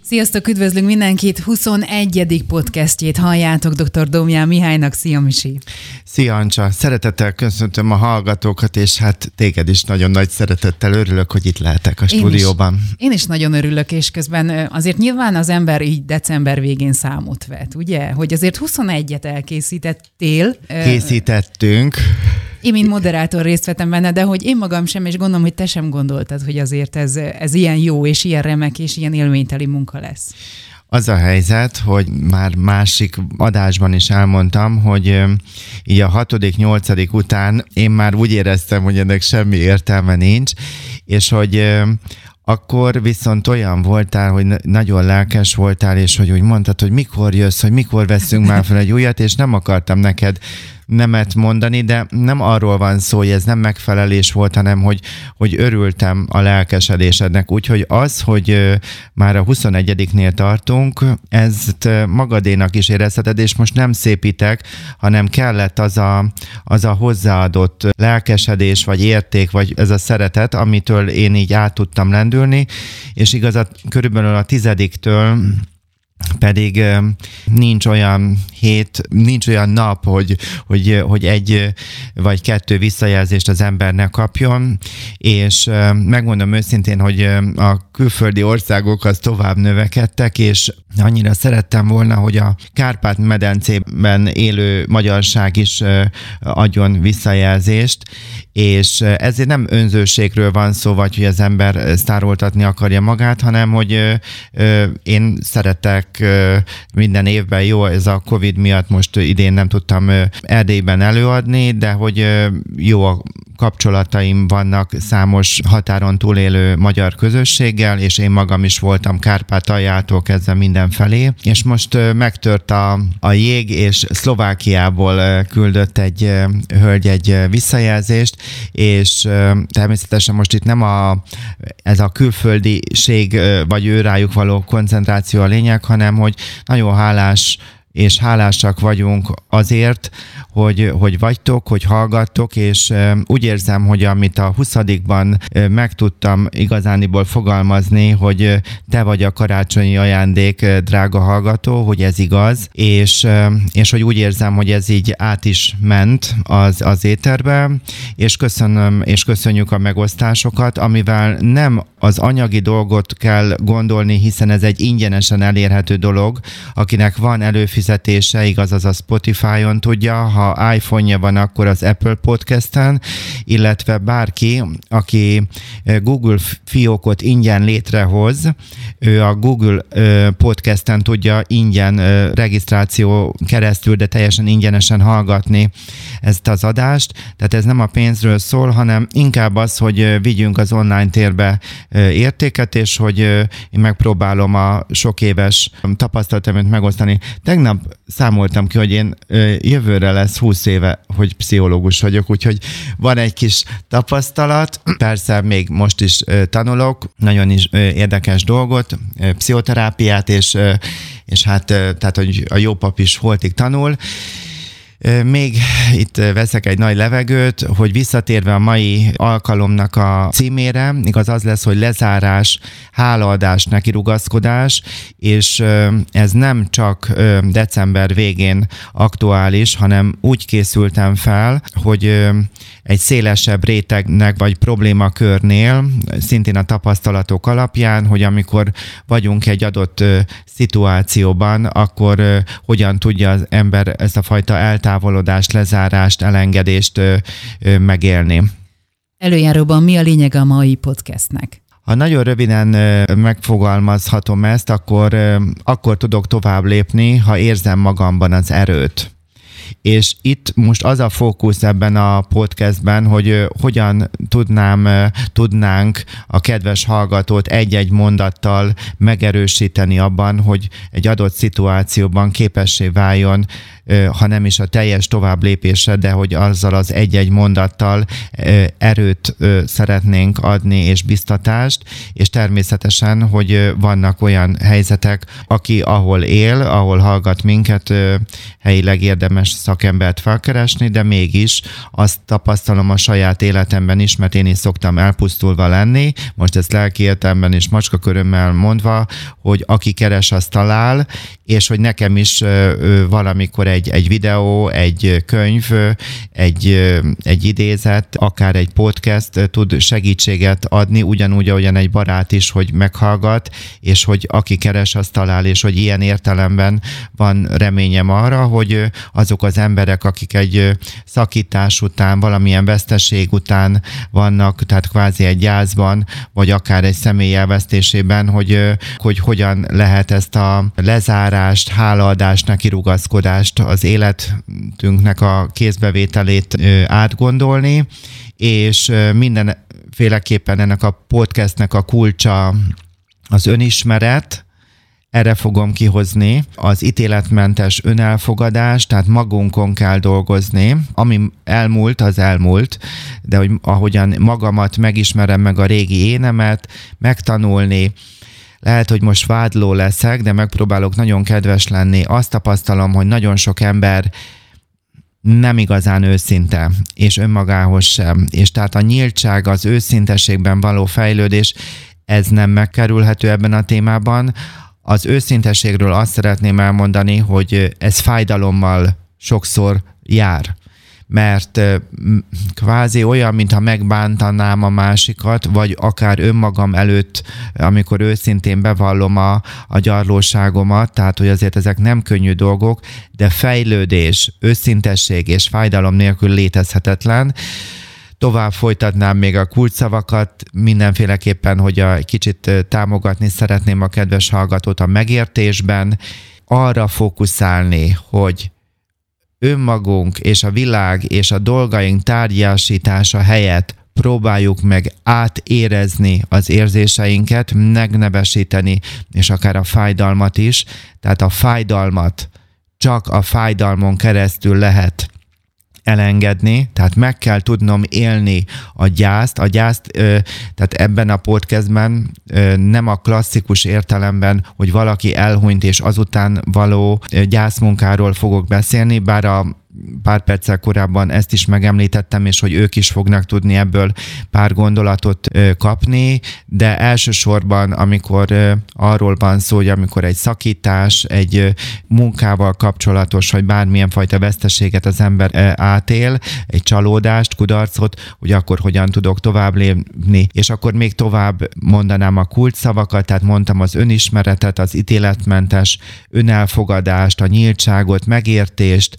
Sziasztok, üdvözlünk mindenkit! 21. podcastjét halljátok dr. Domján Mihálynak. Szia, Misi! Szia, Ancsa! Szeretettel köszöntöm a hallgatókat, és hát téged is nagyon nagy szeretettel örülök, hogy itt lehetek a stúdióban. Én is nagyon örülök, és közben azért nyilván az ember így december végén számot vet, ugye? Hogy azért 21-et elkészítettél. Készítettünk. Én, mint moderátor részt vettem benne, de hogy én magam sem, és gondolom, hogy te sem gondoltad, hogy azért ez ilyen jó, és ilyen remek, és ilyen élményteli munka lesz. Az a helyzet, hogy már másik adásban is elmondtam, hogy így a 6.-8. után én már úgy éreztem, hogy ennek semmi értelme nincs, és hogy akkor viszont olyan voltál, hogy nagyon lelkes voltál, és hogy úgy mondtad, hogy mikor jössz, hogy mikor veszünk már fel egy újat, és nem akartam neked nemet mondani, de nem arról van szó, hogy ez nem megfelelés volt, hanem hogy örültem a lelkesedésednek. Úgyhogy az, hogy már a 21-nél tartunk, ezt magadénak is érezheted, és most nem szépítek, hanem kellett az a hozzáadott lelkesedés, vagy érték, vagy ez a szeretet, amitől én így át tudtam lendülni, és igazán körülbelül a 10-től pedig nincs olyan hét, nincs olyan nap, hogy egy vagy kettő visszajelzést az ember ne kapjon, és megmondom őszintén, hogy a külföldi országok az tovább növekedtek, és annyira szerettem volna, hogy a Kárpát-medencében élő magyarság is adjon visszajelzést, és ezért nem önzőségről van szó, vagy hogy az ember sztároltatni akarja magát, hanem hogy én szeretek minden évben, jó, ez a Covid miatt most idén nem tudtam Erdélyben előadni, de hogy jó a kapcsolataim vannak számos határon túlélő magyar közösséggel, és én magam is voltam Kárpátaljától kezdve mindenfelé, és most megtört a jég, és Szlovákiából küldött egy hölgy egy visszajelzést, és természetesen most itt nem ez a külföldiség, vagy ő rájuk való koncentráció a lényeg, hanem hogy nagyon hálás és hálásak vagyunk azért, hogy vagytok, hogy hallgattok, és úgy érzem, hogy amit a 20-ban meg tudtam igazániból fogalmazni, hogy te vagy a karácsonyi ajándék, drága hallgató, hogy ez igaz, és hogy úgy érzem, hogy ez így át is ment az éterbe, és köszönöm, és köszönjük a megosztásokat, amivel nem az anyagi dolgot kell gondolni, hiszen ez egy ingyenesen elérhető dolog, akinek van előfizetése, igaz, az a Spotify-on tudja, ha iPhone-ja van, akkor az Apple Podcast-en, illetve bárki, aki Google fiókot ingyen létrehoz, ő a Google Podcast-en tudja ingyen regisztráció keresztül, de teljesen ingyenesen hallgatni ezt az adást. Tehát ez nem a pénzről szól, hanem inkább az, hogy vigyünk az online térbe értéket, és hogy én megpróbálom a sok éves tapasztalatomat megosztani. Tegnap számoltam ki, hogy én jövőre lesz 20 éve, hogy pszichológus vagyok, úgyhogy van egy kis tapasztalat. Persze még most is tanulok, nagyon is érdekes dolgot, pszichoterápiát, és hát tehát, hogy a jó pap is holtig tanul. Még itt veszek egy nagy levegőt, hogy visszatérve a mai alkalomnak a címére, igaz az lesz, hogy lezárás, hálaadás, nekirugaszkodás, és ez nem csak december végén aktuális, hanem úgy készültem fel, hogy egy szélesebb rétegnek vagy problémakörnél, szintén a tapasztalatok alapján, hogy amikor vagyunk egy adott szituációban, akkor hogyan tudja az ember ezt a fajta eltávolodást, lezárást, elengedést megélni. Előjáróban mi a lényeg a mai podcastnek? Ha nagyon röviden megfogalmazhatom ezt, akkor tudok tovább lépni, ha érzem magamban az erőt. És itt most az a fókusz ebben a podcastben, hogy hogyan tudnánk a kedves hallgatót egy-egy mondattal megerősíteni abban, hogy egy adott szituációban képessé váljon, ha nem is a teljes tovább lépésre, de hogy azzal az egy-egy mondattal erőt szeretnénk adni és biztatást, és természetesen, hogy vannak olyan helyzetek, aki ahol él, ahol hallgat minket, helyileg érdemes szakembert felkeresni, de mégis azt tapasztalom a saját életemben is, mert én is szoktam elpusztulva lenni, most ezt lelki értelemben is macskakörömmel mondva, hogy aki keres, az talál, és hogy nekem is valamikor egy videó, egy könyv, egy idézet, akár egy podcast tud segítséget adni, ugyanúgy, ahogyan egy barát is, hogy meghallgat, és hogy aki keres, az talál, és hogy ilyen értelemben van reményem arra, hogy azok az emberek, akik egy szakítás után, valamilyen veszteség után vannak, tehát kvázi egy gyászban, vagy akár egy személy elvesztésében, hogy hogyan lehet ezt a lezárást, hálaadást, nekirugaszkodást, az életünknek a kézbevételét átgondolni, és mindenféleképpen ennek a podcastnek a kulcsa az önismeret. Erre fogom kihozni az ítéletmentes önelfogadás, tehát magunkon kell dolgozni. Ami elmúlt, az elmúlt, de hogy ahogyan magamat megismerem, meg a régi énemet, megtanulni. Lehet, hogy most vádló leszek, de megpróbálok nagyon kedves lenni. Azt tapasztalom, hogy nagyon sok ember nem igazán őszinte, és önmagához sem. És tehát a nyíltság, az őszinteségben való fejlődés, ez nem megkerülhető ebben a témában. Az őszintességről azt szeretném elmondani, hogy ez fájdalommal sokszor jár. Mert kvázi olyan, mintha megbántanám a másikat, vagy akár önmagam előtt, amikor őszintén bevallom a gyarlóságomat, tehát hogy azért ezek nem könnyű dolgok, de fejlődés, őszintesség és fájdalom nélkül létezhetetlen. Tovább folytatnám még a kulcsszavakat, mindenféleképpen, hogy egy kicsit támogatni szeretném a kedves hallgatót a megértésben, arra fókuszálni, hogy önmagunk és a világ és a dolgaink tárgyasítása helyett próbáljuk meg átérezni az érzéseinket, megnevesíteni, és akár a fájdalmat is. Tehát a fájdalmat csak a fájdalmon keresztül lehet elengedni, tehát meg kell tudnom élni a gyászt. A gyászt, tehát ebben a podcastben nem a klasszikus értelemben, hogy valaki elhunyt és azután való gyászmunkáról fogok beszélni, bár a pár perccel korábban ezt is megemlítettem, és hogy ők is fognak tudni ebből pár gondolatot kapni, de elsősorban, amikor arról van szó, hogy amikor egy szakítás, egy munkával kapcsolatos, vagy bármilyen fajta veszteséget az ember átél, egy csalódást, kudarcot, hogy akkor hogyan tudok tovább lépni, és akkor még tovább mondanám a kulcsszavakat, tehát mondtam az önismeretet, az ítéletmentes önelfogadást, a nyíltságot, megértést,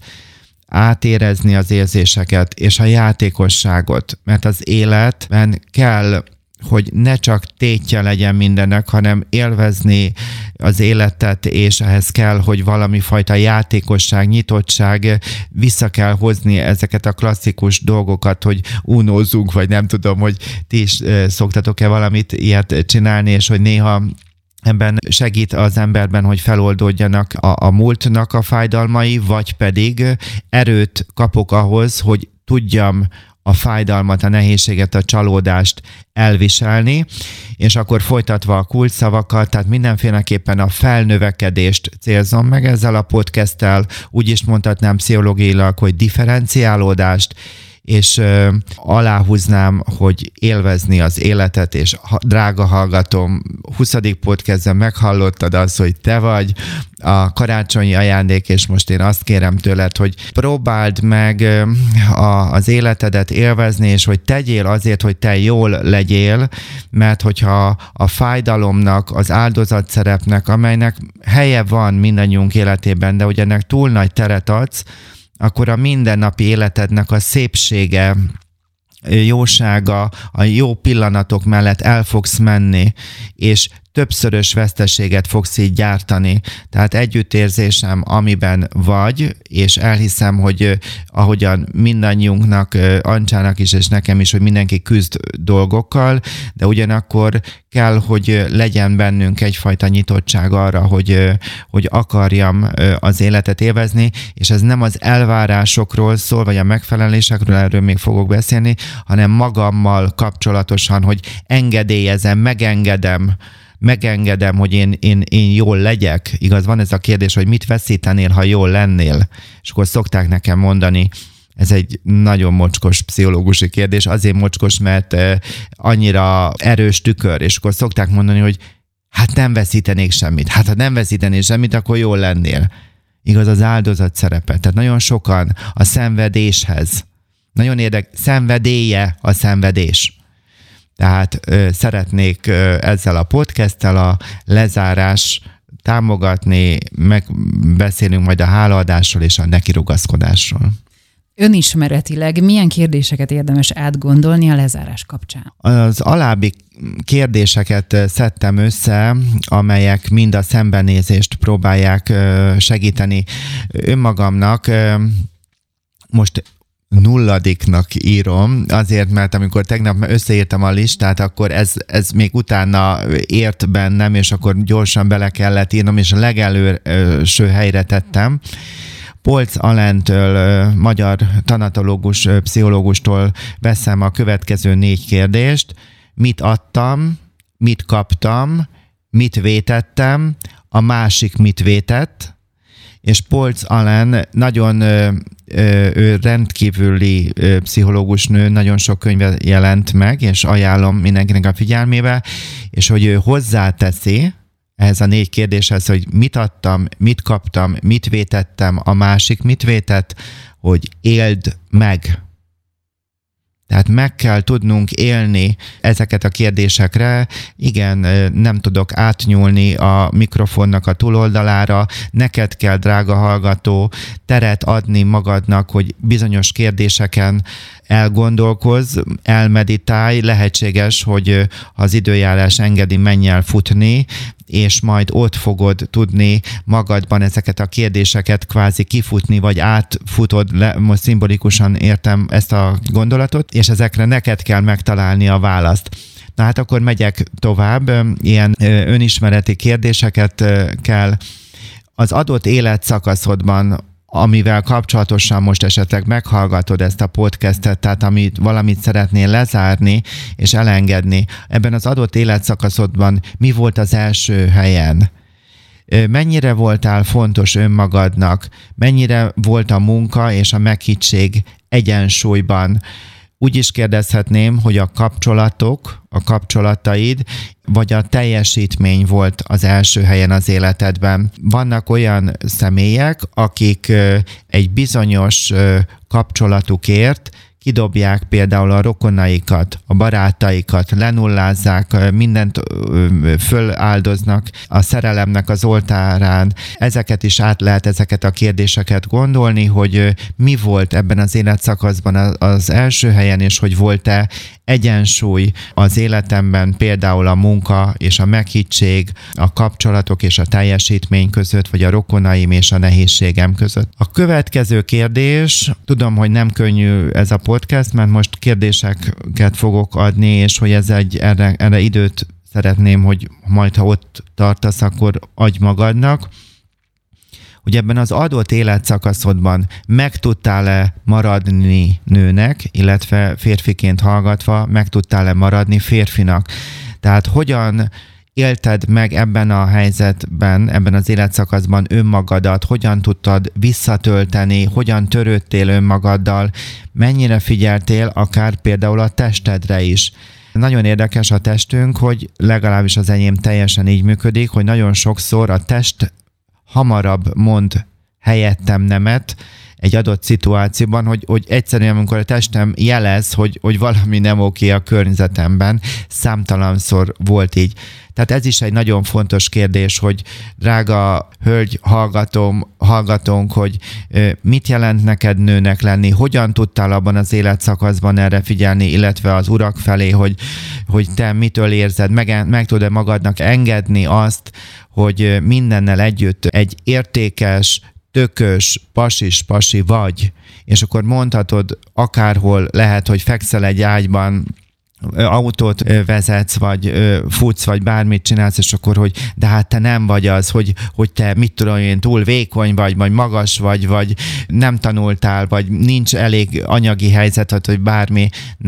átérezni az érzéseket és a játékosságot, mert az életben kell, hogy ne csak tétje legyen mindennek, hanem élvezni az életet, és ehhez kell, hogy valami fajta játékosság, nyitottság, vissza kell hozni ezeket a klasszikus dolgokat, hogy unózzunk, vagy nem tudom, hogy ti is szoktatok-e valamit ilyet csinálni, és hogy néha ebben segít az emberben, hogy feloldódjanak a múltnak a fájdalmai, vagy pedig erőt kapok ahhoz, hogy tudjam a fájdalmat, a nehézséget, a csalódást elviselni, és akkor folytatva a kulcsszavakat, tehát mindenféleképpen a felnövekedést célzom meg ezzel a podcasttel, úgy is mondhatnám pszichológiailag, hogy differenciálódást, és aláhúznám, hogy élvezni az életet, és drága hallgatom, 20. podcastben meghallottad azt, hogy te vagy a karácsonyi ajándék, és most én azt kérem tőled, hogy próbáld meg az életedet élvezni, és hogy tegyél azért, hogy te jól legyél, mert hogyha a fájdalomnak, az áldozatszerepnek, amelynek helye van mindannyiunk életében, de hogy ennek túl nagy teret adsz, akkor a mindennapi életednek a szépsége, jósága, a jó pillanatok mellett el fogsz menni, és többszörös veszteséget fogsz így gyártani. Tehát együttérzésem, amiben vagy, és elhiszem, hogy ahogyan mindannyiunknak, Ancsának is, és nekem is, hogy mindenki küzd dolgokkal, de ugyanakkor kell, hogy legyen bennünk egyfajta nyitottság arra, hogy akarjam az életet élvezni, és ez nem az elvárásokról szól, vagy a megfelelésekről, erről még fogok beszélni, hanem magammal kapcsolatosan, hogy engedélyezem, megengedem megengedem, hogy én jól legyek. Igaz, van ez a kérdés, hogy mit veszítenél, ha jól lennél? És akkor szokták nekem mondani, ez egy nagyon mocskos pszichológusi kérdés, azért mocskos, mert annyira erős tükör, és akkor szokták mondani, hogy hát nem veszítenék semmit. Hát ha nem veszítenél semmit, akkor jól lennél. Igaz, az áldozat szerepe. Tehát nagyon sokan a szenvedéshez, nagyon szenvedélye a szenvedés. Tehát szeretnék ezzel a podcasttel a lezárás támogatni, megbeszélünk majd a hálaadásról és a nekirugaszkodásról. Önismeretileg milyen kérdéseket érdemes átgondolni a lezárás kapcsán? Az alábbi kérdéseket szedtem össze, amelyek mind a szembenézést próbálják segíteni önmagamnak. Most 0. írom, azért, mert amikor tegnap összeírtam a listát, akkor ez még utána ért bennem, és akkor gyorsan bele kellett írnom, és a legelőső helyre tettem. Polc Alentől, magyar tanatológus, pszichológustól veszem a következő 4 kérdést. Mit adtam, mit kaptam, mit vétettem, a másik mit vétett, és Polc Alen nagyon ő rendkívüli pszichológus nő, nagyon sok könyve jelent meg, és ajánlom mindenkinek a figyelmébe, és hogy ő hozzáteszi ehhez a 4 kérdéshez, hogy mit adtam, mit kaptam, mit vétettem, a másik mit vétett, hogy éld meg. Tehát meg kell tudnunk élni ezeket a kérdésekre. Igen, nem tudok átnyúlni a mikrofonnak a túloldalára. Neked kell, drága hallgató, teret adni magadnak, hogy bizonyos kérdéseken elgondolkozz, elmeditálj. Lehetséges, hogy ha az időjárás engedi, menj el futni, és majd ott fogod tudni magadban ezeket a kérdéseket kvázi kifutni, vagy átfutod le, most szimbolikusan értem ezt a gondolatot, és ezekre neked kell megtalálni a választ. Na hát akkor megyek tovább, ilyen önismereti kérdéseket kell az adott életszakaszodban, amivel kapcsolatosan most esetleg meghallgatod ezt a podcastet, tehát valamit szeretnél lezárni és elengedni. Ebben az adott életszakaszodban mi volt az első helyen? Mennyire voltál fontos önmagadnak? Mennyire volt a munka és a meghittség egyensúlyban? Úgy is kérdezhetném, hogy a kapcsolatok, a kapcsolataid, vagy a teljesítmény volt az első helyen az életedben. Vannak olyan személyek, akik egy bizonyos kapcsolatukért kidobják például a rokonaikat, a barátaikat, lenullázzák, mindent föláldoznak a szerelemnek az oltárán. Ezeket is át lehet, ezeket a kérdéseket gondolni, hogy mi volt ebben az életszakaszban az első helyen, és hogy volt-e egyensúly az életemben, például a munka és a meghittség, a kapcsolatok és a teljesítmény között, vagy a rokonaim és a nehézségem között. A következő kérdés, tudom, hogy nem könnyű ez a podcast, mert most kérdéseket fogok adni, és hogy erre időt szeretném, hogy majd, ha ott tartasz, akkor adj magadnak, hogy ebben az adott életszakaszodban meg tudtál-e maradni nőnek, illetve férfiként hallgatva, meg tudtál-e maradni férfinak. Tehát hogyan élted meg ebben a helyzetben, ebben az életszakaszban önmagadat, hogyan tudtad visszatölteni, hogyan törődtél önmagaddal, mennyire figyeltél akár például a testedre is. Nagyon érdekes a testünk, hogy legalábbis az enyém teljesen így működik, hogy nagyon sokszor a test hamarabb mond helyettem nemet egy adott szituációban, hogy egyszerűen, amikor a testem jelez, hogy valami nem oké a környezetemben, számtalanszor volt így. Tehát ez is egy nagyon fontos kérdés, hogy drága hölgy, hallgatónk, hogy mit jelent neked nőnek lenni, hogyan tudtál abban az életszakaszban erre figyelni, illetve az urak felé, hogy te mitől érzed, meg tudod magadnak engedni azt, hogy mindennel együtt egy értékes, tökös, pasi vagy, és akkor mondhatod akárhol, lehet, hogy fekszel egy ágyban, autót vezetsz, vagy futsz, vagy bármit csinálsz, és akkor, hogy de hát te nem vagy az, hogy te mit tudom én, túl vékony vagy magas vagy nem tanultál, vagy nincs elég anyagi helyzeted, vagy bármi. Nem,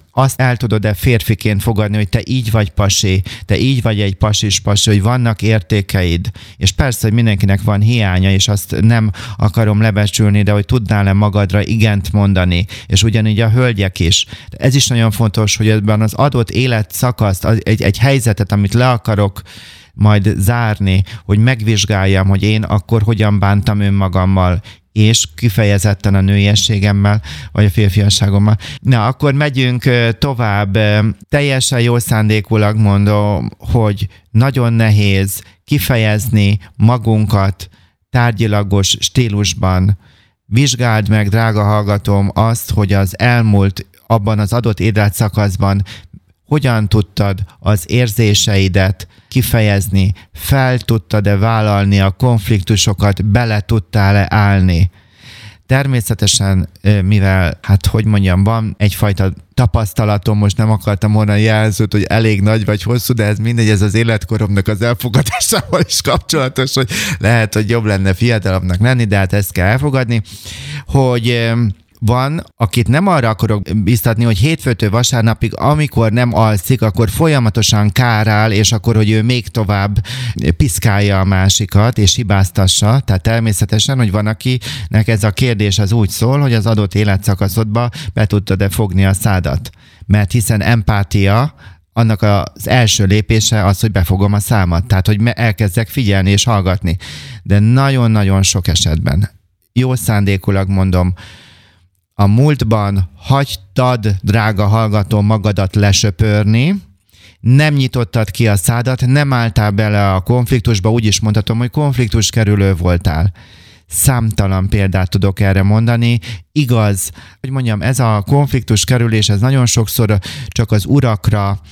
azt el tudod-e férfiként fogadni, hogy te így vagy pasi, te így vagy egy pasis pasi, hogy vannak értékeid, és persze, hogy mindenkinek van hiánya, és azt nem akarom lebecsülni, de hogy tudnál-e magadra igent mondani, és ugyanígy a hölgyek is. Ez is nagyon fontos, hogy ebben az adott életszakaszt, egy helyzetet, amit le akarok majd zárni, hogy megvizsgáljam, hogy én akkor hogyan bántam önmagammal, és kifejezetten a nőiességemmel, vagy a férfiasságommal. Na, akkor megyünk tovább. Teljesen jó szándékulag mondom, hogy nagyon nehéz kifejezni magunkat tárgyilagos stílusban. Vizsgáld meg, drága hallgatóm, azt, hogy az elmúlt, abban az adott életszakaszban hogyan tudtad az érzéseidet kifejezni, fel tudtad-e vállalni a konfliktusokat, bele tudtál-e állni. Természetesen, mivel, van egyfajta tapasztalatom, most nem akartam mondani jelzőt, hogy elég nagy vagy hosszú, de ez mindegy, ez az életkoromnak az elfogadásával is kapcsolatos, hogy lehet, hogy jobb lenne fiatalabbnak lenni, de hát ezt kell elfogadni, hogy van, akit nem arra akarok biztatni, hogy hétfőtől vasárnapig, amikor nem alszik, akkor folyamatosan kárál, és akkor, hogy ő még tovább piszkálja a másikat, és hibáztassa. Tehát természetesen, hogy van, akinek ez a kérdés az úgy szól, hogy az adott életszakaszodba be tudtad-e fogni a szádat. Mert hiszen empátia, annak az első lépése az, hogy befogom a számat. Tehát, hogy elkezdek figyelni és hallgatni. De nagyon-nagyon sok esetben, jó szándékulag mondom, a múltban hagytad, drága hallgató, magadat lesöpörni, nem nyitottad ki a szádat, nem álltál bele a konfliktusba, úgy is mondhatom, hogy konfliktuskerülő voltál. Számtalan példát tudok erre mondani. Igaz, hogy mondjam, ez a konfliktuskerülés, ez nagyon sokszor csak az urakra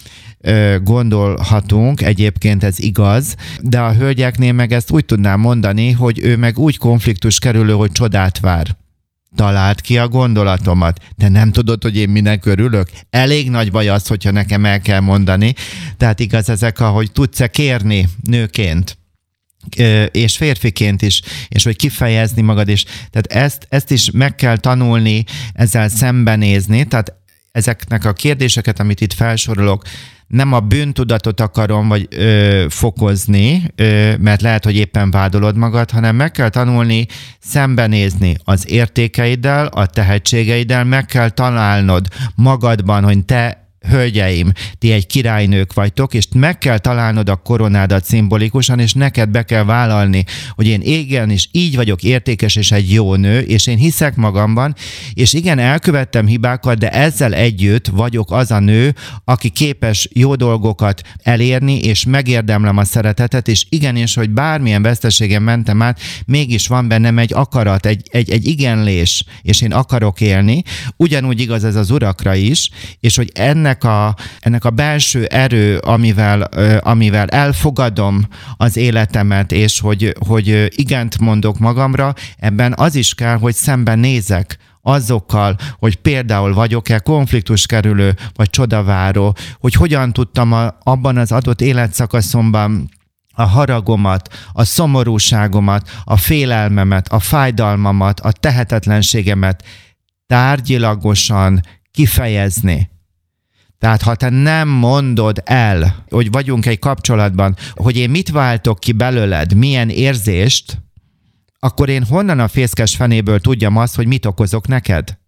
gondolhatunk, egyébként ez igaz, de a hölgyeknél meg ezt úgy tudnám mondani, hogy ő meg úgy konfliktuskerülő, hogy csodát vár. Találd ki a gondolatomat. Te nem tudod, hogy én minek örülök? Elég nagy baj az, hogyha nekem el kell mondani. Tehát igaz ezek, ahogy tudsz-e kérni nőként, és férfiként is, és hogy kifejezni magad is. Tehát ezt is meg kell tanulni, ezzel szembenézni. Tehát ezeknek a kérdéseket, amit itt felsorolok, nem a bűntudatot akarom fokozni, mert lehet, hogy éppen vádolod magad, hanem meg kell tanulni szembenézni az értékeiddel, a tehetségeiddel, meg kell találnod magadban, hogy te, hölgyeim, ti egy királynők vagytok, és meg kell találnod a koronádat szimbolikusan, és neked be kell vállalni, hogy én igenis így vagyok értékes és egy jó nő, és én hiszek magamban, és igen, elkövettem hibákat, de ezzel együtt vagyok az a nő, aki képes jó dolgokat elérni, és megérdemlem a szeretetet, és igenis, hogy bármilyen veszteségen mentem át, mégis van bennem egy akarat, egy igenlés, és én akarok élni. Ugyanúgy igaz ez az urakra is, és hogy ennek a belső erő, amivel elfogadom az életemet, és hogy igent mondok magamra, ebben az is kell, hogy szemben nézek azokkal, hogy például vagyok-e konfliktuskerülő, vagy csodaváró, hogy hogyan tudtam abban az adott életszakaszomban a haragomat, a szomorúságomat, a félelmemet, a fájdalmamat, a tehetetlenségemet tárgyilagosan kifejezni. Tehát ha te nem mondod el, hogy vagyunk egy kapcsolatban, hogy én mit váltok ki belőled, milyen érzést, akkor én honnan a fészkes fenéből tudjam azt, hogy mit okozok neked?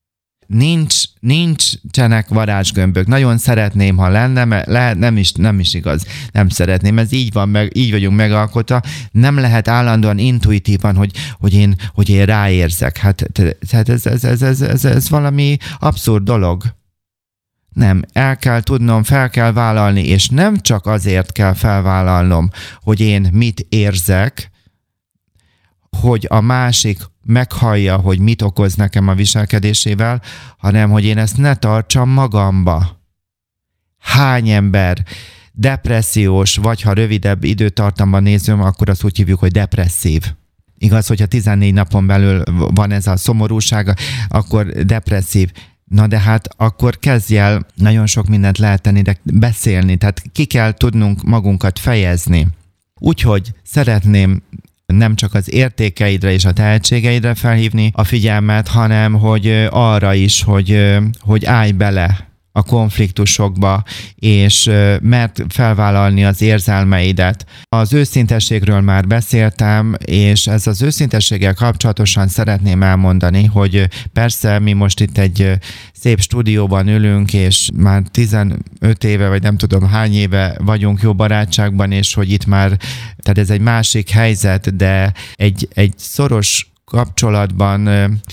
Nincsenek varázsgömbök. Nagyon szeretném, ha lenne, lehet, nem is igaz. Nem szeretném, ez így van, így vagyunk megalkotva. Nem lehet állandóan intuitívan, hogy én ráérzek. Hát ez valami abszurd dolog. Nem, el kell tudnom, fel kell vállalni, és nem csak azért kell felvállalnom, hogy én mit érzek, hogy a másik meghallja, hogy mit okoz nekem a viselkedésével, hanem hogy én ezt ne tartsam magamba. Hány ember depressziós, vagy ha rövidebb időtartamban nézünk, akkor azt úgy hívjuk, hogy depresszív. Igaz, hogyha 14 napon belül van ez a szomorúság, akkor depresszív. Na de hát akkor kezdj el, nagyon sok mindent lehet tenni, de beszélni, tehát ki kell tudnunk magunkat fejezni. Úgyhogy szeretném nem csak az értékeidre és a tehetségeidre felhívni a figyelmet, hanem hogy arra is, hogy állj bele a konfliktusokba, és mert felvállalni az érzelmeidet. Az őszintességről már beszéltem, és ez az őszintességgel kapcsolatosan szeretném elmondani, hogy persze mi most itt egy szép stúdióban ülünk, és már 15 éve, vagy nem tudom hány éve vagyunk jó barátságban, és hogy itt már, tehát ez egy másik helyzet, de egy szoros kapcsolatban,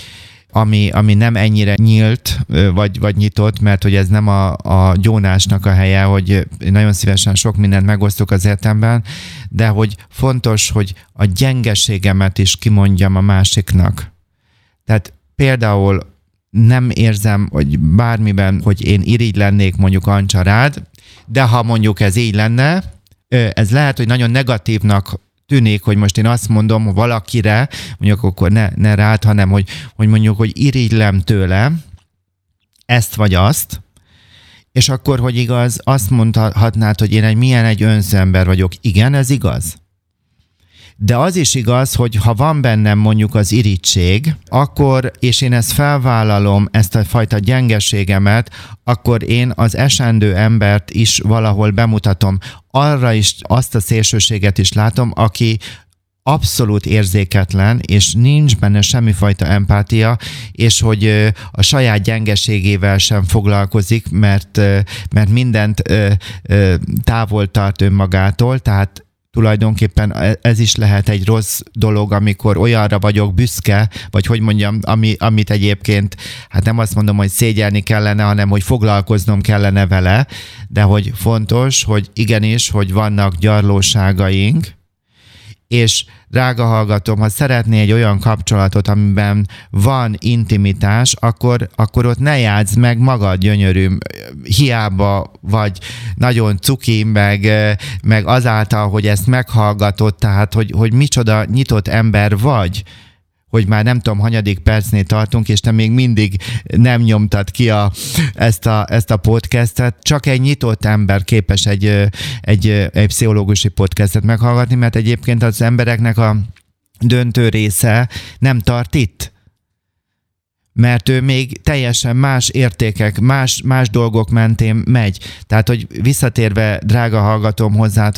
ami nem ennyire nyílt, vagy nyitott, mert hogy ez nem a gyónásnak a helye, hogy nagyon szívesen sok mindent megosztok az életemben, de hogy fontos, hogy a gyengeségemet is kimondjam a másiknak. Tehát például nem érzem, hogy bármiben, hogy én irigy lennék mondjuk Ancsa rád, de ha mondjuk ez így lenne, ez lehet, hogy nagyon negatívnak tűnik, hogy most én azt mondom valakire, mondjuk akkor ne rád, hanem hogy mondjuk, hogy irigylem tőle ezt vagy azt, és akkor, hogy igaz, azt mondhatnád, hogy én milyen egy önzőember vagyok. Igen, ez igaz. De az is igaz, hogy ha van bennem mondjuk az irigység, akkor, és én ezt felvállalom, ezt a fajta gyengeségemet, akkor én az esendő embert is valahol bemutatom. Arra is azt a szélsőséget is látom, aki abszolút érzéketlen, és nincs benne semmifajta empátia, és hogy a saját gyengeségével sem foglalkozik, mert mindent távol tart önmagától, tehát tulajdonképpen ez is lehet egy rossz dolog, amikor olyanra vagyok büszke, vagy hogy mondjam, amit egyébként, hát nem azt mondom, hogy szégyelni kellene, hanem hogy foglalkoznom kellene vele, de hogy fontos, hogy igenis, hogy vannak gyarlóságaink, és drága hallgatom, ha szeretné egy olyan kapcsolatot, amiben van intimitás, akkor ott ne játszd meg magad gyönyörű, hiába vagy nagyon cuki, meg azáltal, hogy ezt meghallgatod, tehát hogy micsoda nyitott ember vagy, hogy már nem tudom, hanyadik percnél tartunk, és te még mindig nem nyomtad ki ezt a podcastet. Csak egy nyitott ember képes egy pszichológusi podcastet meghallgatni, mert egyébként az embereknek a döntő része nem tart itt. Mert ő még teljesen más értékek, más dolgok mentén megy. Tehát, hogy visszatérve, drága hallgatom hozzád,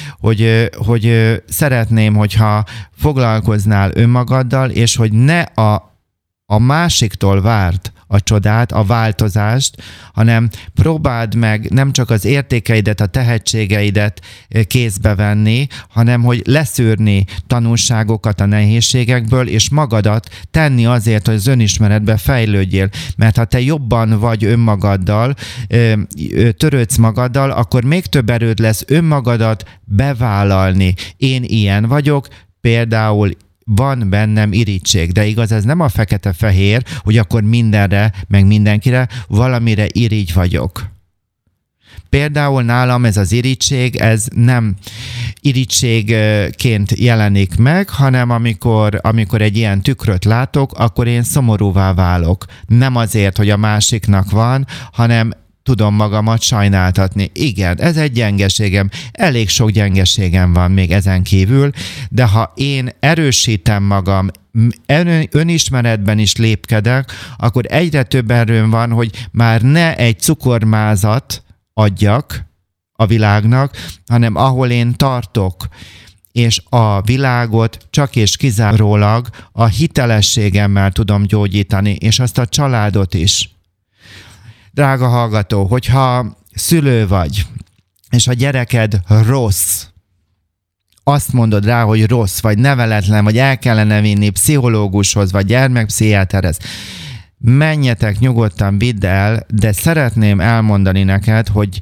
hogy szeretném, hogyha foglalkoznál önmagaddal, és hogy ne a másiktól várd a csodát, a változást, hanem próbáld meg nem csak az értékeidet, a tehetségeidet kézbe venni, hanem hogy leszűrni tanulságokat a nehézségekből, és magadat tenni azért, hogy az önismeretbe fejlődjél. Mert ha te jobban vagy önmagaddal, törődsz magaddal, akkor még több erőd lesz önmagadat bevállalni. Én ilyen vagyok, például van bennem irigység, de igaz, ez nem a fekete-fehér, hogy akkor mindenre, meg mindenkire, valamire irigy vagyok. Például nálam ez az irigység, ez nem irigységként jelenik meg, hanem amikor egy ilyen tükröt látok, akkor én szomorúvá válok. Nem azért, hogy a másiknak van, hanem tudom magamat sajnáltatni. Igen, ez egy gyengeségem. Elég sok gyengeségem van még ezen kívül, de ha én erősítem magam, önismeretben is lépkedek, akkor egyre több erőm van, hogy már ne egy cukormázat adjak a világnak, hanem ahol én tartok, és a világot csak és kizárólag a hitelességemmel tudom gyógyítani, és azt a családot is. Drága hallgató, hogyha szülő vagy, és a gyereked rossz, azt mondod rá, hogy rossz, vagy neveletlen, vagy el kellene vinni pszichológushoz, vagy gyermekpszichiáterhez, menjetek nyugodtan, vidd el, de szeretném elmondani neked, hogy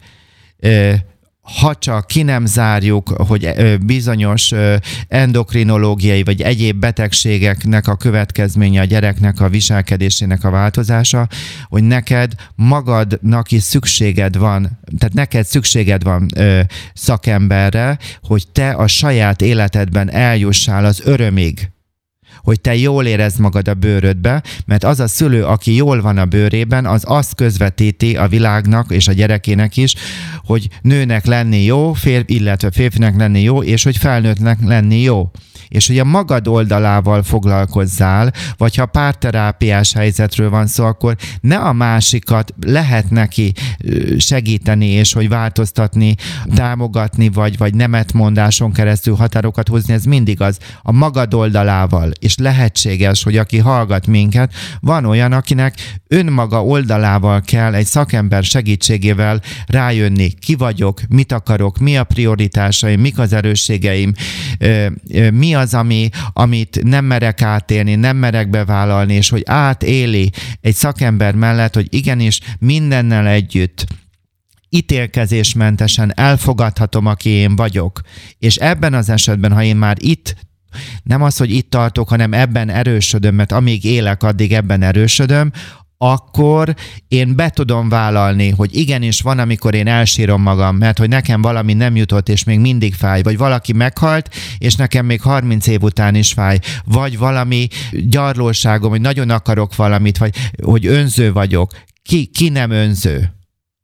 ha csak ki nem zárjuk, hogy bizonyos endokrinológiai vagy egyéb betegségeknek a következménye a gyereknek a viselkedésének a változása, hogy neked magadnak is szükséged van, tehát neked szükséged van szakemberre, hogy te a saját életedben eljussál az örömig. hogy te jól érezd magad a bőrödbe, mert az a szülő, aki jól van a bőrében, az azt közvetíti a világnak és a gyerekének is, hogy nőnek lenni jó, illetve férfinek lenni jó, és hogy felnőttnek lenni jó. És hogy a magad oldalával foglalkozzál, vagy ha párterápiás helyzetről van szó, akkor ne a másikat lehet neki segíteni, és hogy változtatni, támogatni, vagy nemetmondáson keresztül határokat húzni, ez mindig az a magad oldalával. És lehetséges, hogy aki hallgat minket, van olyan, akinek önmaga oldalával kell egy szakember segítségével rájönni, ki vagyok, mit akarok, mi a prioritásaim, mik az erősségeim, mi az, amit nem merek átélni, nem merek bevállalni, és hogy átéli egy szakember mellett, hogy igenis mindennel együtt ítélkezésmentesen elfogadhatom, aki én vagyok. És ebben az esetben, ha én már itt, nem az, hogy itt tartok, hanem ebben erősödöm, mert amíg élek, addig ebben erősödöm, akkor én be tudom vállalni, hogy igenis van, amikor én elsírom magam, mert hogy nekem valami nem jutott, és még mindig fáj, vagy valaki meghalt, és nekem még 30 év után is fáj, vagy valami gyarlóságom, hogy nagyon akarok valamit, vagy hogy önző vagyok. Ki nem önző?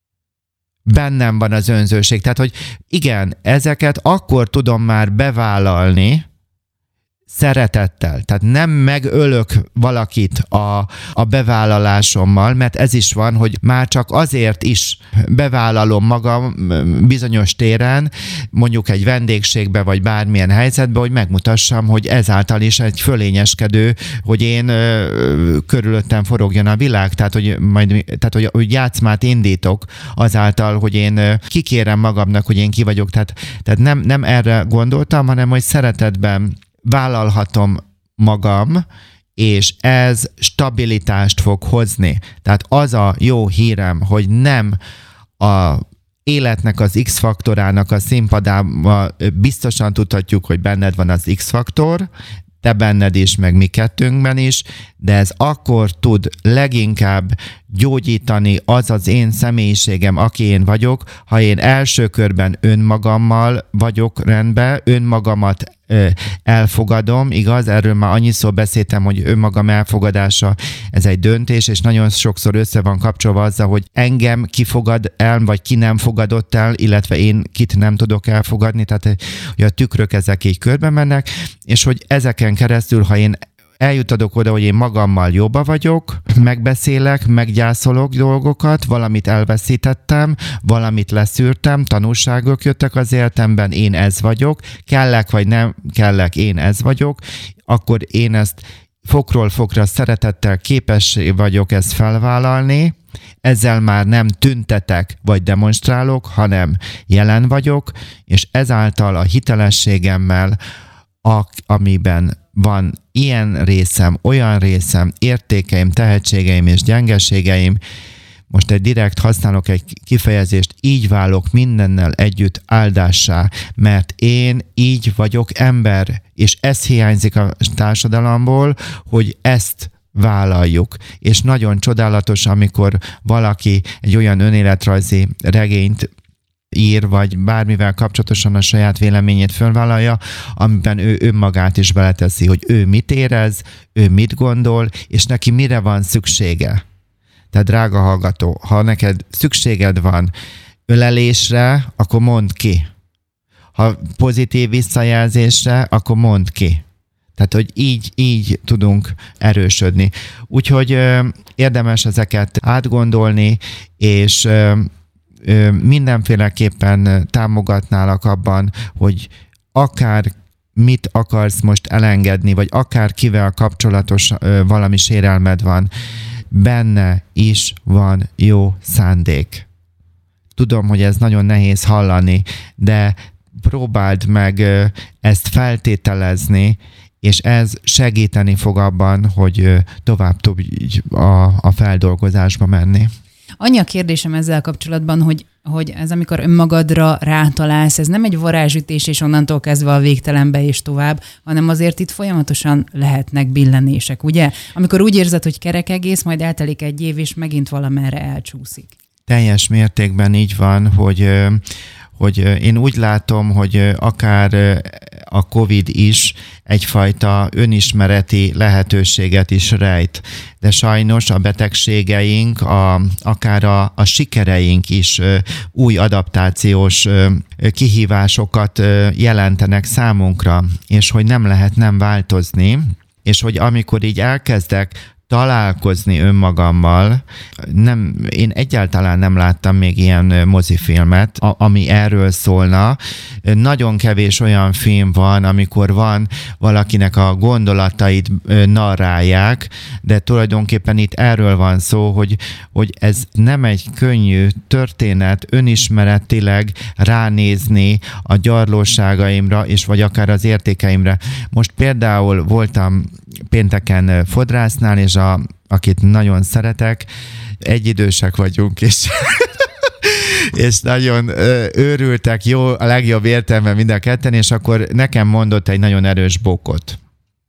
Bennem van az önzőség. Tehát, hogy igen, ezeket akkor tudom már bevállalni, szeretettel. Tehát nem megölök valakit a bevállalásommal, mert ez is van, hogy már csak azért is bevállalom magam bizonyos téren, mondjuk egy vendégségbe, vagy bármilyen helyzetbe, hogy megmutassam, hogy ezáltal is egy fölényeskedő, hogy én körülöttem forogjon a világ, tehát hogy játszmát indítok azáltal, hogy én kikérem magamnak, hogy én ki vagyok. Tehát nem erre gondoltam, hanem hogy szeretetben vállalhatom magam, és ez stabilitást fog hozni. Tehát az a jó hírem, hogy nem a életnek az X-faktorának a színpadában biztosan tudhatjuk, hogy benned van az X-faktor, te benned is, meg mi kettőnkben is, de ez akkor tud leginkább gyógyítani az az én személyiségem, aki én vagyok, ha én első körben önmagammal vagyok rendben, önmagamat elfogadom, igaz? Erről már annyiszor beszéltem, hogy önmagam elfogadása, ez egy döntés, és nagyon sokszor össze van kapcsolva azzal, hogy engem ki fogad el, vagy ki nem fogadott el, illetve én kit nem tudok elfogadni, tehát hogy a tükrök ezek így körbe mennek, és hogy ezeken keresztül, ha én eljutadok oda, hogy én magammal jobban vagyok, megbeszélek, meggyászolok dolgokat, valamit elveszítettem, valamit leszűrtem, tanulságok jöttek az életemben, én ez vagyok, kellek vagy nem kellek, én ez vagyok, akkor én ezt fokról fokra szeretettel képes vagyok ezt felvállalni, ezzel már nem tüntetek vagy demonstrálok, hanem jelen vagyok, és ezáltal a hitelességemmel, amiben van ilyen részem, olyan részem, értékeim, tehetségeim és gyengeségeim, most egy direkt használok egy kifejezést, így válok mindennel együtt áldássá, mert én így vagyok ember, és ez hiányzik a társadalomból, hogy ezt vállaljuk. És nagyon csodálatos, amikor valaki egy olyan önéletrajzi regényt ír, vagy bármivel kapcsolatosan a saját véleményét fölvállalja, amiben ő önmagát is beleteszi, hogy ő mit érez, ő mit gondol, és neki mire van szüksége. Tehát drága hallgató, ha neked szükséged van ölelésre, akkor mondd ki. Ha pozitív visszajelzésre, akkor mondd ki. Tehát, hogy így tudunk erősödni. Úgyhogy érdemes ezeket átgondolni, és mindenféleképpen támogatnálak abban, hogy akár mit akarsz most elengedni, vagy akár kivel kapcsolatos valami sérelmed van, benne is van jó szándék. Tudom, hogy ez nagyon nehéz hallani, de próbáld meg ezt feltételezni, és ez segíteni fog abban, hogy tovább tudj a feldolgozásba menni. Annyi a kérdésem ezzel kapcsolatban, hogy ez amikor önmagadra rátalálsz, ez nem egy varázsütés, és onnantól kezdve a végtelenbe és tovább, hanem azért itt folyamatosan lehetnek billenések, ugye? Amikor úgy érzed, hogy kerek egész, majd eltelik egy év, és megint valamerre elcsúszik. Teljes mértékben így van, hogy én úgy látom, hogy akár a COVID is egyfajta önismereti lehetőséget is rejt. De sajnos a betegségeink, akár a sikereink is új adaptációs kihívásokat jelentenek számunkra, és hogy nem lehet nem változni, és hogy amikor így elkezdek találkozni önmagammal, én egyáltalán nem láttam még ilyen mozifilmet, ami erről szólna. Nagyon kevés olyan film van, amikor van valakinek a gondolatait narrálják, de tulajdonképpen itt erről van szó, hogy ez nem egy könnyű történet önismeretileg ránézni a gyarlóságaimra, és vagy akár az értékeimre. Most például voltam pénteken fodrásznál, és akit nagyon szeretek, egyidősek vagyunk, és nagyon őrültek, jó, a legjobb értelemben mind a ketten, és akkor nekem mondott egy nagyon erős bókot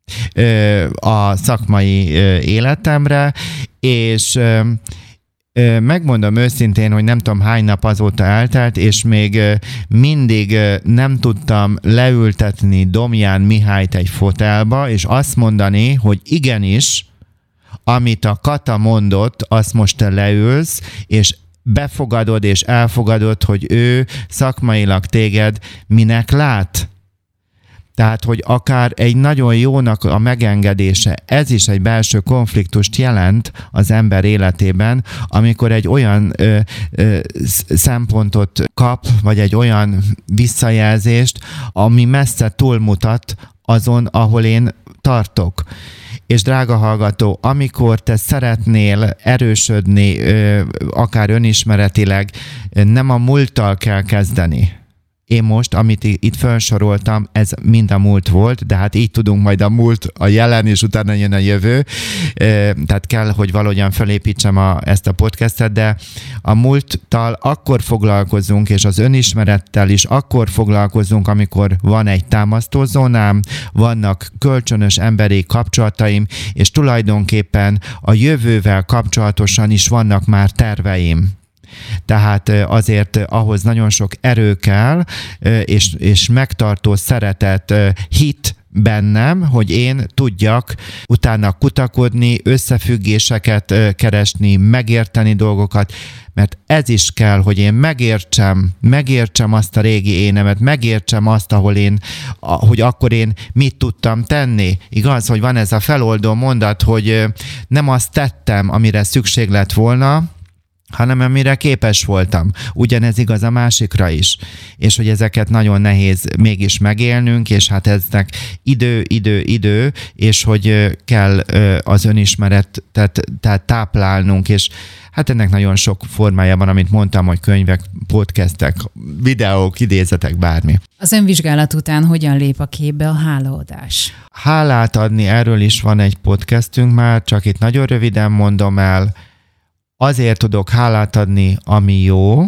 a szakmai életemre, és megmondom őszintén, hogy nem tudom hány nap azóta eltelt, és még mindig nem tudtam leültetni Domján Mihályt egy fotelba, és azt mondani, hogy igenis, amit a Kata mondott, azt most te leülsz, és befogadod és elfogadod, hogy ő szakmailag téged minek lát. Tehát, hogy akár egy nagyon jónak a megengedése, ez is egy belső konfliktust jelent az ember életében, amikor egy olyan szempontot kap, vagy egy olyan visszajelzést, ami messze túlmutat azon, ahol én tartok. És drága hallgató, amikor te szeretnél erősödni, akár önismeretileg, nem a múlttal kell kezdeni. Én most, amit itt felsoroltam, ez mind a múlt volt, de hát így tudunk majd a múlt, a jelen, és utána jön a jövő. Tehát kell, hogy valahogyan felépítsem ezt a podcastet, de a múlttal akkor foglalkozunk, és az önismerettel is akkor foglalkozunk, amikor van egy támasztózónám, vannak kölcsönös emberi kapcsolataim, és tulajdonképpen a jövővel kapcsolatosan is vannak már terveim. Tehát azért ahhoz nagyon sok erő kell, és megtartó szeretet, hit bennem, hogy én tudjak utána kutakodni, összefüggéseket keresni, megérteni dolgokat, mert ez is kell, hogy én megértsem azt a régi énemet, megértsem azt, hogy akkor én mit tudtam tenni. Igaz, hogy van ez a feloldó mondat, hogy nem azt tettem, amire szükség lett volna, hanem amire képes voltam. Ugyanez igaz a másikra is. És hogy ezeket nagyon nehéz mégis megélnünk, és hát eznek idő, és hogy kell az önismeretet táplálnunk, és hát ennek nagyon sok formája van, amit mondtam, hogy könyvek, podcastek, videók, idézetek, bármi. Az önvizsgálat után hogyan lép a képbe a hálaadás? Hálát adni, erről is van egy podcastünk már, csak itt nagyon röviden mondom el. Azért tudok hálát adni, ami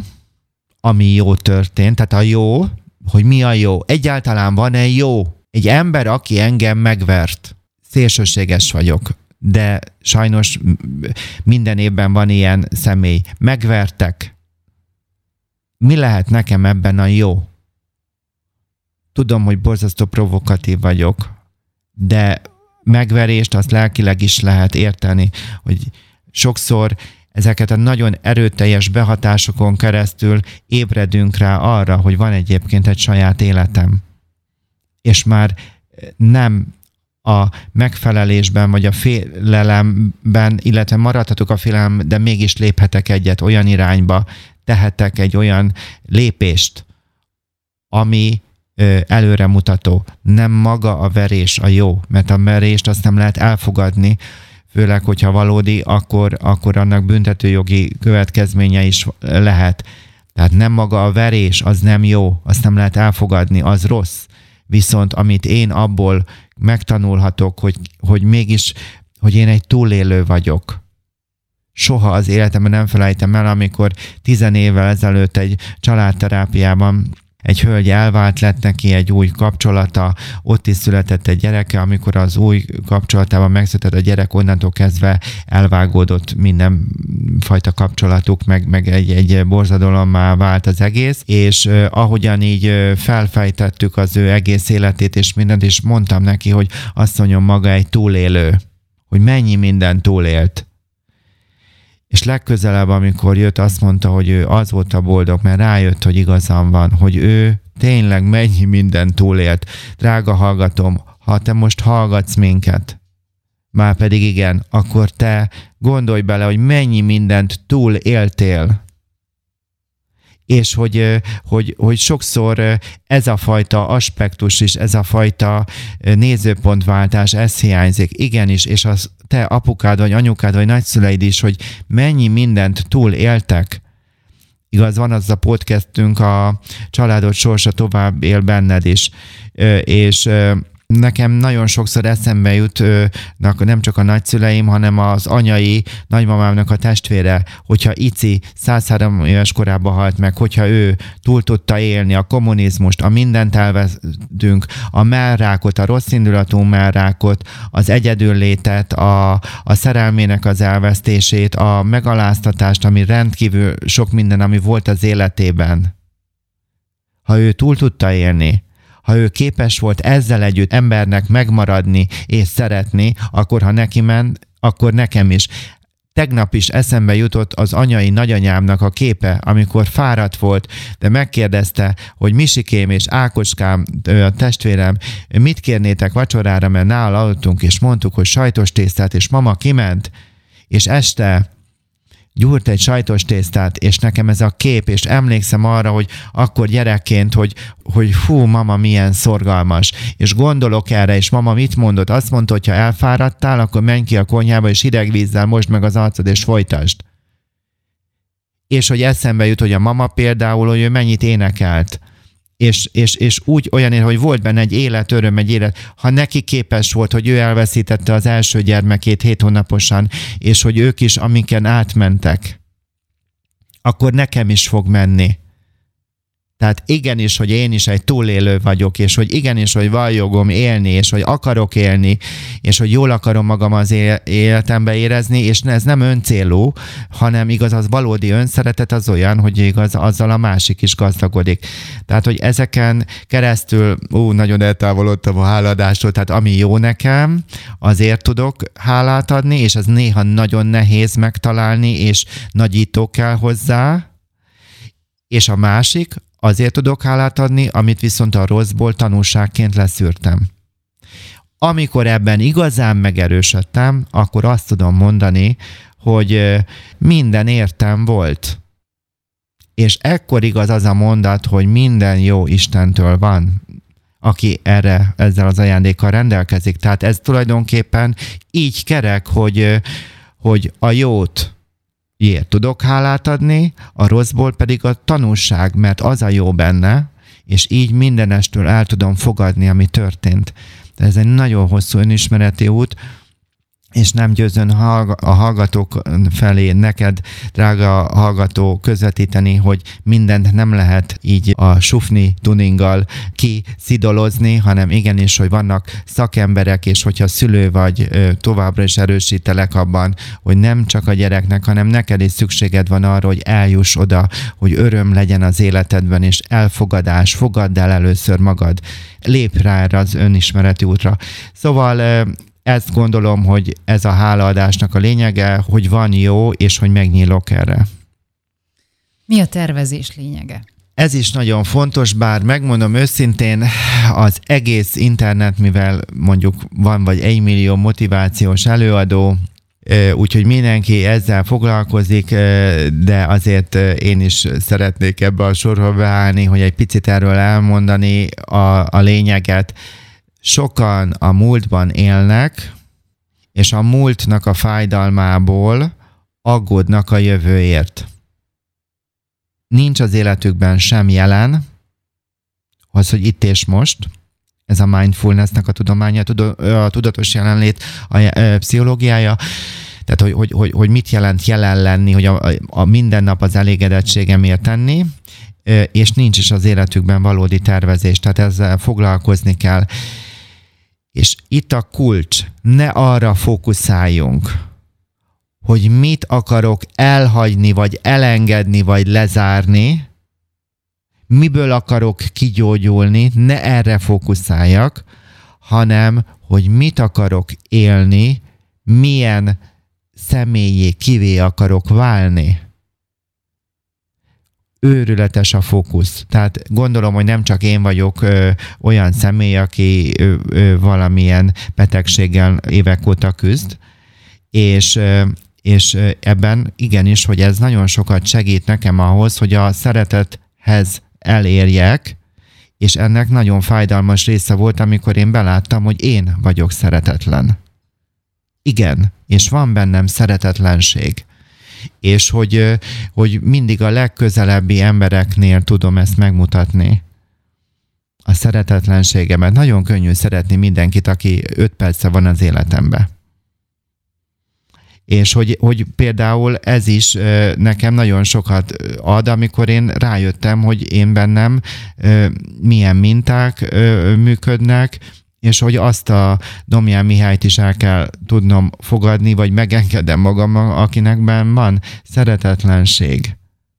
jó történt, tehát a jó, hogy mi a jó. Egyáltalán van-e jó? Egy ember, aki engem megvert. Szélsőséges vagyok, de sajnos minden évben van ilyen személy. Megvertek. Mi lehet nekem ebben a jó? Tudom, hogy borzasztó provokatív vagyok, de megverést azt lelkileg is lehet érteni, hogy sokszor ezeket a nagyon erőteljes behatásokon keresztül ébredünk rá arra, hogy van egyébként egy saját életem. És már nem a megfelelésben, vagy a félelemben, illetve maradhatok a félelem, de mégis léphetek egyet olyan irányba, tehetek egy olyan lépést, ami előremutató. Nem maga a verés a jó, mert a verést azt nem lehet elfogadni, főleg, hogyha valódi, akkor annak büntetőjogi következménye is lehet. Tehát nem maga a verés, az nem jó, azt nem lehet elfogadni, az rossz. Viszont amit én abból megtanulhatok, hogy mégis, hogy én egy túlélő vagyok. Soha az életemben nem felejtem el, amikor 10 évvel ezelőtt egy családterápiában Egy hölgy elvált, lett neki egy új kapcsolata, ott is született egy gyereke, amikor az új kapcsolatában megszületett a gyerek, onnantól kezdve elvágódott mindenfajta kapcsolatuk, meg egy borzadalommá vált az egész, és ahogyan így felfejtettük az ő egész életét és mindent, és mondtam neki, hogy azt mondjon, maga egy túlélő, hogy mennyi minden túlélt. És legközelebb, amikor jött, azt mondta, hogy ő az volt a boldog, mert rájött, hogy igazam van, hogy ő tényleg mennyi mindent túlélt. Drága hallgatom, ha te most hallgatsz minket, már pedig igen, akkor te gondolj bele, hogy mennyi mindent túléltél. És hogy sokszor ez a fajta aspektus is, ez a fajta nézőpontváltás, ez hiányzik. Igenis, és az te apukád, vagy anyukád, vagy nagyszüleid is, hogy mennyi mindent túl éltek. Igaz, van az a podcastünk, a Családod sorsa tovább él benned is. És nekem nagyon sokszor eszembe jut nem csak a nagyszüleim, hanem az anyai nagymamámnak a testvére, hogyha Ici 103 éves korában halt meg, hogyha ő túl tudta élni a kommunizmust, a mindent elvesztünk, a mellrákot, a rosszindulatú mellrákot, az egyedüllétet, a szerelmének az elvesztését, a megaláztatást, ami rendkívül sok minden, ami volt az életében. Ha ő túl tudta élni, ha ő képes volt ezzel együtt embernek megmaradni és szeretni, akkor ha neki ment, akkor nekem is. Tegnap is eszembe jutott az anyai nagyanyámnak a képe, amikor fáradt volt, de megkérdezte, hogy Misikém és Ákoskám, a testvérem, mit kérnétek vacsorára, mert nála aludtunk, és mondtuk, hogy sajtos tésztát, és mama kiment, és este gyúrt egy sajtos tésztát, és nekem ez a kép, és emlékszem arra, hogy akkor gyerekként, hogy fú, mama milyen szorgalmas, és gondolok erre, és mama mit mondott? Azt mondta, hogy ha elfáradtál, akkor menj ki a konyhába, és hideg vízzel mosd meg az arcod, és folytasd. És hogy eszembe jut, hogy a mama például, hogy ő mennyit énekelt, és úgy olyan, hogy volt benne egy élet, öröm, egy élet, ha neki képes volt, hogy ő elveszítette az első gyermekét 7 hónaposan, és hogy ők is, amiken átmentek, akkor nekem is fog menni. Tehát igenis, hogy én is egy túlélő vagyok, és hogy igenis, hogy van jogom élni, és hogy akarok élni, és hogy jól akarom magam az életembe érezni, és ez nem öncélú, hanem igaz, az valódi önszeretet az olyan, hogy igaz, azzal a másik is gazdagodik. Tehát, hogy ezeken keresztül, nagyon eltávolodtam a háladástól, tehát ami jó nekem, azért tudok hálát adni, és ez néha nagyon nehéz megtalálni, és nagyító kell hozzá, és a másik, azért tudok hálát adni, amit viszont a rosszból tanulságként leszűrtem. Amikor ebben igazán megerősödtem, akkor azt tudom mondani, hogy minden értem volt. És ekkor igaz az a mondat, hogy minden jó Istentől van, aki ezzel az ajándékkal rendelkezik. Tehát ez tulajdonképpen így kerek, hogy a jót tudok hálát adni, a rosszból pedig a tanulság, mert az a jó benne, és így mindenestől el tudom fogadni, ami történt. De ez egy nagyon hosszú önismereti út, és nem győzön a hallgatók felé neked, drága hallgató, közvetíteni, hogy mindent nem lehet így a sufni tuninggal kiszidolozni, hanem igenis, hogy vannak szakemberek, és hogyha szülő vagy, továbbra is erősítelek abban, hogy nem csak a gyereknek, hanem neked is szükséged van arra, hogy eljuss oda, hogy öröm legyen az életedben, és elfogadás, fogadd el először magad, lépj rá erre az önismereti útra. Szóval ezt gondolom, hogy ez a hálaadásnak a lényege, hogy van jó, és hogy megnyílok erre. Mi a tervezés lényege? Ez is nagyon fontos, bár megmondom őszintén, az egész internet, mivel mondjuk van vagy 1 millió motivációs előadó, úgyhogy mindenki ezzel foglalkozik, de azért én is szeretnék ebbe a sorba beállni, hogy egy picit erről elmondani a lényeget. Sokan a múltban élnek, és a múltnak a fájdalmából aggódnak a jövőért. Nincs az életükben sem jelen, az, hogy itt és most, ez a mindfulnessnek a tudománya, a tudatos jelenlét, a pszichológiája, tehát hogy mit jelent jelen lenni, hogy a minden nap az elégedettségemért tenni, és nincs is az életükben valódi tervezés, tehát ezzel foglalkozni kell. És itt a kulcs, ne arra fókuszáljunk, hogy mit akarok elhagyni, vagy elengedni, vagy lezárni, miből akarok kigyógyulni, ne erre fókuszáljak, hanem hogy mit akarok élni, milyen személyé, kivé akarok válni. Őrületes a fókusz. Tehát gondolom, hogy nem csak én vagyok olyan személy, aki valamilyen betegséggel évek óta küzd, és ebben igenis, hogy ez nagyon sokat segít nekem ahhoz, hogy a szeretethez elérjek, és ennek nagyon fájdalmas része volt, amikor én beláttam, hogy én vagyok szeretetlen. Igen, és van bennem szeretetlenség. És hogy mindig a legközelebbi embereknél tudom ezt megmutatni. A szeretetlenségemet. Nagyon könnyű szeretni mindenkit, aki 5 perce van az életemben. És hogy például ez is nekem nagyon sokat ad, amikor én rájöttem, hogy én bennem milyen minták működnek, és hogy azt a Domján Mihályt is el kell tudnom fogadni, vagy megengedem magam, akinek benn van szeretetlenség.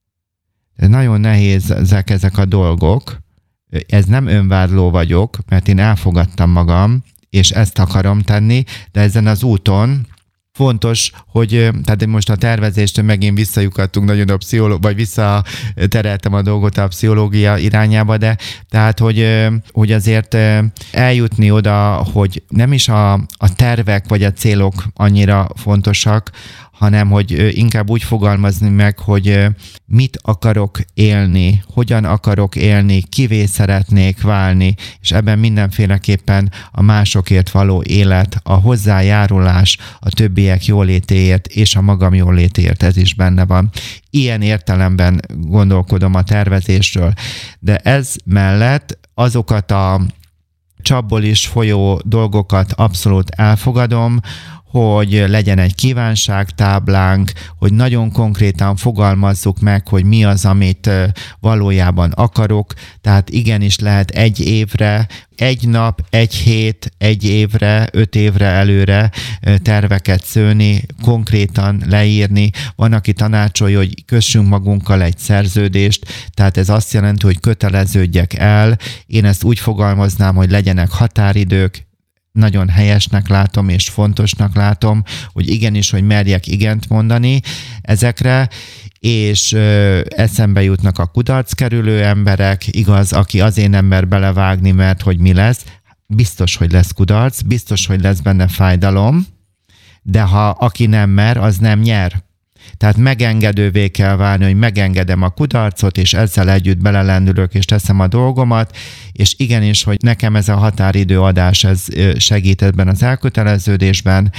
Nagyon nehézek ezek a dolgok. Ez nem önvádló vagyok, mert én elfogadtam magam, és ezt akarom tenni, de ezen az úton fontos, hogy tehát most a tervezéstől megint visszajukadtunk nagyon a vagy visszatereltem a dolgot a pszichológia irányába, de tehát, hogy azért eljutni oda, hogy nem is a tervek vagy a célok annyira fontosak, hanem hogy inkább úgy fogalmazni meg, hogy mit akarok élni, hogyan akarok élni, kivé szeretnék válni, és ebben mindenféleképpen a másokért való élet, a hozzájárulás, a többiek jólétéért és a magam jólétéért, ez is benne van. Ilyen értelemben gondolkodom a tervezésről, de ez mellett azokat a csapból is folyó dolgokat abszolút elfogadom, hogy legyen egy kívánságtáblánk, hogy nagyon konkrétan fogalmazzuk meg, hogy mi az, amit valójában akarok. Tehát igenis lehet 1 évre, 1 nap, 1 hét, 1 évre, 5 évre előre terveket szőni, konkrétan leírni. Van, aki tanácsolja, hogy kössünk magunkkal egy szerződést, tehát ez azt jelenti, hogy köteleződjek el. Én ezt úgy fogalmaznám, hogy legyenek határidők, nagyon helyesnek látom és fontosnak látom, hogy igenis, hogy merjek igent mondani ezekre, és eszembe jutnak a kudarckerülő emberek, igaz, aki azért nem mer belevágni, mert hogy mi lesz, biztos, hogy lesz kudarc, biztos, hogy lesz benne fájdalom, de ha aki nem mer, az nem nyer. Tehát megengedővé kell válni, hogy megengedem a kudarcot, és ezzel együtt belelendülök, és teszem a dolgomat, és igenis, hogy nekem ez a határidőadás, ez segít ebben az elköteleződésben,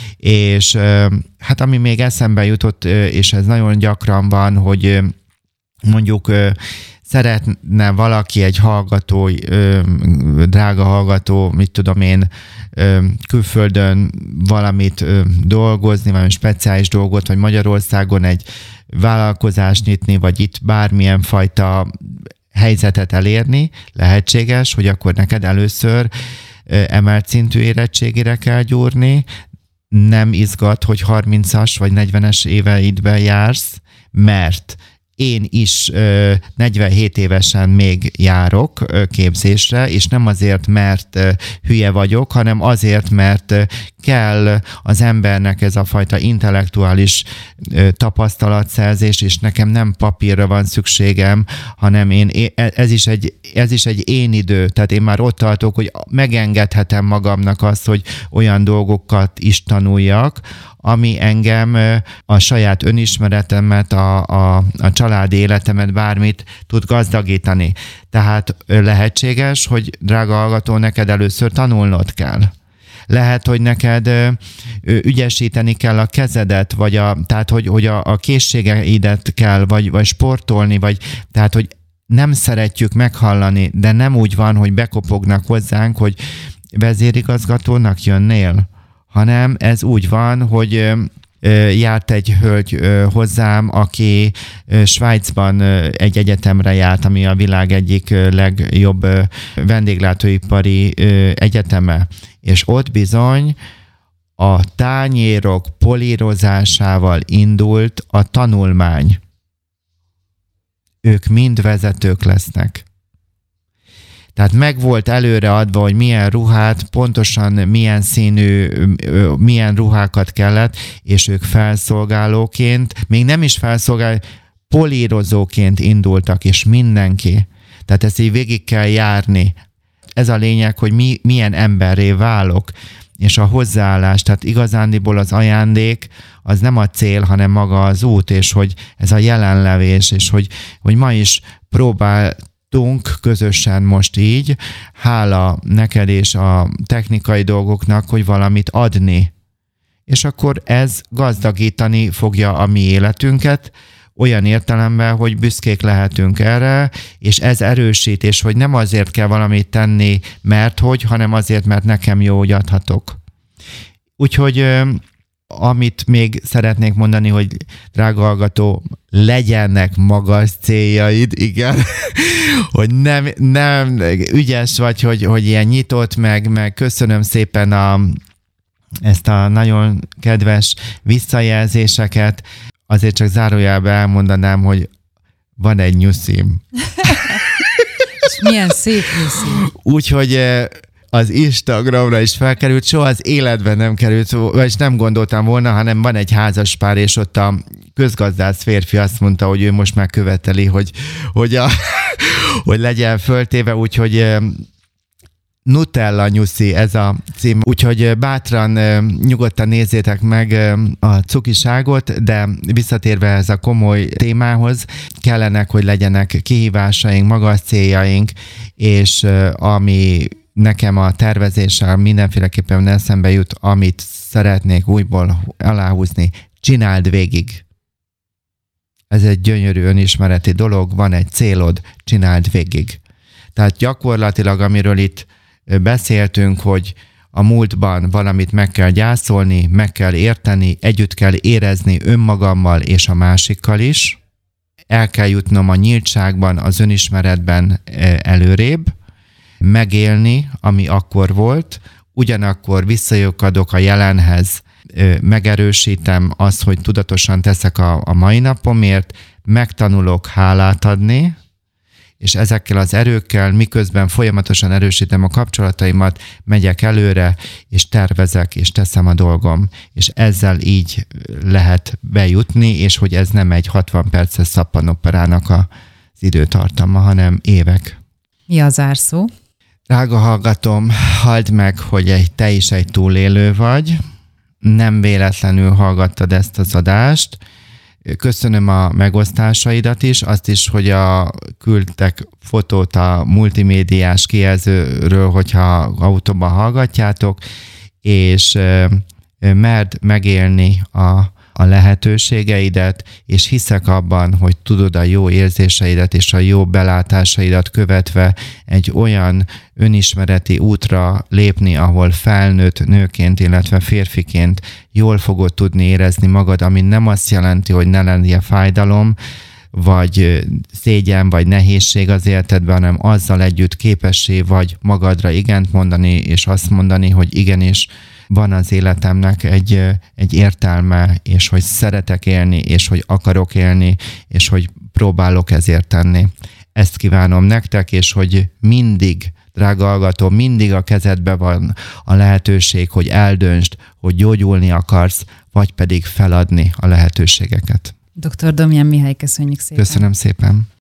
és hát ami még eszembe jutott, és ez nagyon gyakran van, hogy mondjuk szeretne valaki, egy hallgató, drága hallgató, mit tudom én, külföldön valamit dolgozni, valami speciális dolgot, vagy Magyarországon egy vállalkozást nyitni, vagy itt bármilyen fajta helyzetet elérni, lehetséges, hogy akkor neked először emelt szintű érettségére kell gyúrni, nem izgat, hogy 30-as vagy 40-es éveidben jársz, mert én is 47 évesen még járok képzésre, és nem azért, mert hülye vagyok, hanem azért, mert kell az embernek ez a fajta intellektuális tapasztalatszerzés, és nekem nem papírra van szükségem, hanem ez is egy én idő. Tehát én már ott tartok, hogy megengedhetem magamnak azt, hogy olyan dolgokat is tanuljak, ami engem a saját önismeretemet, a családi életemet, bármit tud gazdagítani. Tehát lehetséges, hogy drága hallgató, neked először tanulnod kell. Lehet, hogy neked ügyesíteni kell a kezedet, tehát hogy a készségeidet kell, vagy sportolni, tehát hogy nem szeretjük meghallani, de nem úgy van, hogy bekopognak hozzánk, hogy vezérigazgatónak jönnél, hanem ez úgy van, hogy járt egy hölgy hozzám, aki Svájcban egy egyetemre járt, ami a világ egyik legjobb vendéglátóipari egyeteme. És ott bizony a tányérok polírozásával indult a tanulmány. Ők mind vezetők lesznek. Tehát meg volt előre adva, hogy milyen ruhát, pontosan milyen színű, milyen ruhákat kellett, és ők felszolgálóként, még nem is felszolgáló, polírozóként indultak, és mindenki. Tehát ezt így végig kell járni. Ez a lényeg, hogy milyen emberré válok, és a hozzáállás, tehát igazándiból az ajándék, az nem a cél, hanem maga az út, és hogy ez a jelenlevés, és hogy ma is próbáltunk közösen most így, hála neked és a technikai dolgoknak, hogy valamit adni. És akkor ez gazdagítani fogja a mi életünket, olyan értelemben, hogy büszkék lehetünk erre, és ez erősít, és hogy nem azért kell valamit tenni, hanem azért, mert nekem jó, hogy adhatok. Úgyhogy amit még szeretnék mondani, hogy drága hallgató, legyenek magas céljaid, igen, hogy nem ügyes vagy, hogy ilyen nyitott, meg köszönöm szépen ezt a nagyon kedves visszajelzéseket. Azért csak zárójelben elmondanám, hogy van egy nyuszim. És milyen szép nyuszim. Úgyhogy az Instagramra is felkerült, soha az életben nem került, vagyis nem gondoltam volna, hanem van egy házaspár, és ott a közgazdász férfi azt mondta, hogy ő most már követeli, hogy legyen föltéve, úgyhogy Nutella nyuszi, ez a cím. Úgyhogy bátran, nyugodtan nézzétek meg a cukiságot, de visszatérve ez a komoly témához, kellenek, hogy legyenek kihívásaink, magas céljaink, és ami nekem a tervezéssel mindenféleképpen eszembe jut, amit szeretnék újból aláhúzni, csináld végig. Ez egy gyönyörű önismereti dolog, van egy célod, csináld végig. Tehát gyakorlatilag, amiről itt beszéltünk, hogy a múltban valamit meg kell gyászolni, meg kell érteni, együtt kell érezni önmagammal és a másikkal is. El kell jutnom a nyíltságban, az önismeretben előrébb, megélni, ami akkor volt, ugyanakkor visszajökkadok a jelenhez, megerősítem azt, hogy tudatosan teszek a mai napomért, megtanulok hálát adni, és ezekkel az erőkkel, miközben folyamatosan erősítem a kapcsolataimat, megyek előre, és tervezek, és teszem a dolgom. És ezzel így lehet bejutni, és hogy ez nem egy 60 perces szappanoperának az időtartama, hanem évek. Mi a zárszó? Drága hallgatom, halld meg, hogy te is egy túlélő vagy. Nem véletlenül hallgattad ezt az adást. Köszönöm a megosztásaidat is, azt is, hogy küldtek fotót a multimédiás kijelzőről, hogyha autóban hallgatjátok, és merd megélni a lehetőségeidet, és hiszek abban, hogy tudod a jó érzéseidet és a jó belátásaidat követve egy olyan önismereti útra lépni, ahol felnőtt nőként, illetve férfiként jól fogod tudni érezni magad, ami nem azt jelenti, hogy ne lennie fájdalom, vagy szégyen, vagy nehézség az életedben, hanem azzal együtt képessé vagy magadra igent mondani, és azt mondani, hogy igenis van az életemnek egy értelme, és hogy szeretek élni, és hogy akarok élni, és hogy próbálok ezért tenni. Ezt kívánom nektek, és hogy mindig, drága hallgató, mindig a kezedben van a lehetőség, hogy eldöntsd, hogy gyógyulni akarsz, vagy pedig feladni a lehetőségeket. Dr. Domján Mihály, köszönjük szépen. Köszönöm szépen.